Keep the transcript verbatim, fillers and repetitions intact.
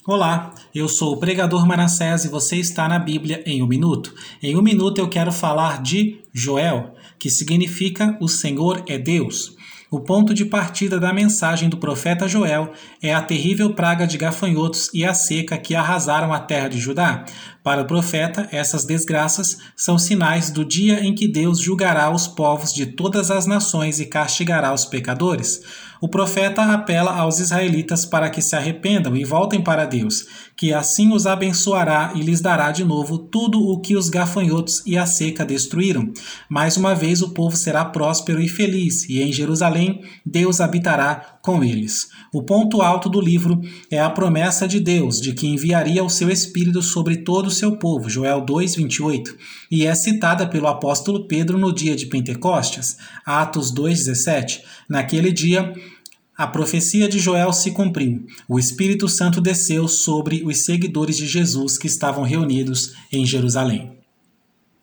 Olá, eu sou o pregador Manassés e você está na Bíblia em um minuto. Em um minuto eu quero falar de Joel, que significa o Senhor é Deus. O ponto de partida da mensagem do profeta Joel é a terrível praga de gafanhotos e a seca que arrasaram a terra de Judá. Para o profeta, essas desgraças são sinais do dia em que Deus julgará os povos de todas as nações e castigará os pecadores. O profeta apela aos israelitas para que se arrependam e voltem para Deus, que assim os abençoará e lhes dará de novo tudo o que os gafanhotos e a seca destruíram. Mais uma vez o povo será próspero e feliz, e em Jerusalém Deus habitará com eles. O ponto alto do livro é a promessa de Deus de que enviaria o seu Espírito sobre todo o seu povo, Joel dois, vinte e oito, e é citada pelo apóstolo Pedro no dia de Pentecostes, Atos dois, dezessete. Naquele dia, a profecia de Joel se cumpriu. O Espírito Santo desceu sobre os seguidores de Jesus que estavam reunidos em Jerusalém.